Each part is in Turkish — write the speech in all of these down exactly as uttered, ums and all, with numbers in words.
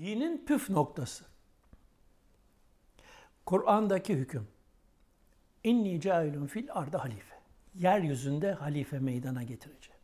Dinin püf noktası. Kur'an'daki hüküm. İnni cailun fil ardı halife. Yeryüzünde halife meydana getireceğim.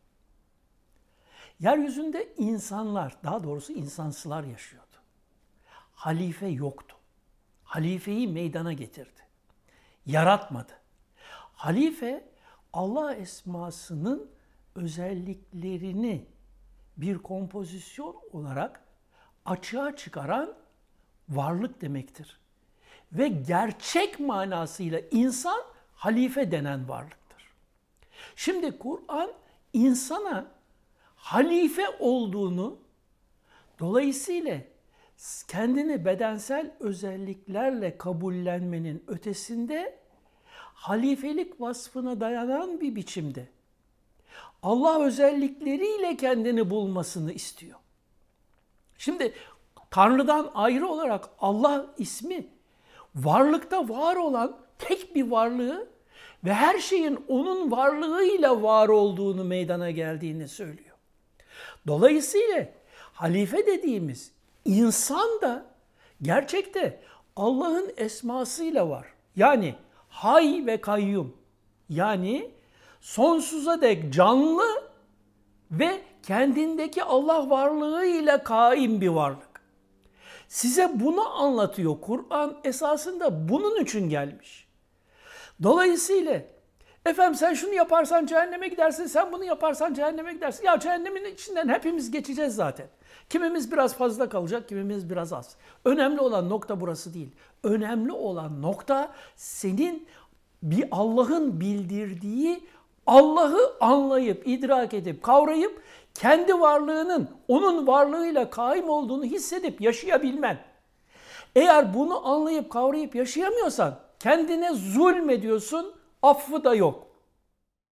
Yeryüzünde insanlar, daha doğrusu insansılar yaşıyordu. Halife yoktu. Halifeyi meydana getirdi. Yaratmadı. Halife, Allah esmasının özelliklerini bir kompozisyon olarak açığa çıkaran varlık demektir. Ve gerçek manasıyla insan halife denen varlıktır. Şimdi Kur'an insana halife olduğunu, dolayısıyla kendini bedensel özelliklerle kabullenmenin ötesinde halifelik vasfına dayanan bir biçimde Allah özellikleriyle kendini bulmasını istiyor. Şimdi Tanrı'dan ayrı olarak Allah ismi varlıkta var olan tek bir varlığı ve her şeyin onun varlığıyla var olduğunu meydana geldiğini söylüyor. Dolayısıyla halife dediğimiz insan da gerçekte Allah'ın esmasıyla var. Yani hay ve kayyum, yani sonsuza dek canlı ve kendindeki Allah varlığıyla kaim bir varlık. Size bunu anlatıyor. Kur'an esasında bunun için gelmiş. Dolayısıyla efendim sen şunu yaparsan cehenneme gidersin, sen bunu yaparsan cehenneme gidersin. Ya cehennemin içinden hepimiz geçeceğiz zaten. Kimimiz biraz fazla kalacak, kimimiz biraz az. Önemli olan nokta burası değil. Önemli olan nokta senin bir Allah'ın bildirdiği Allah'ı anlayıp, idrak edip, kavrayıp kendi varlığının onun varlığıyla kaim olduğunu hissedip yaşayabilmen. Eğer bunu anlayıp, kavrayıp yaşayamıyorsan kendine zulmediyorsun, affı da yok.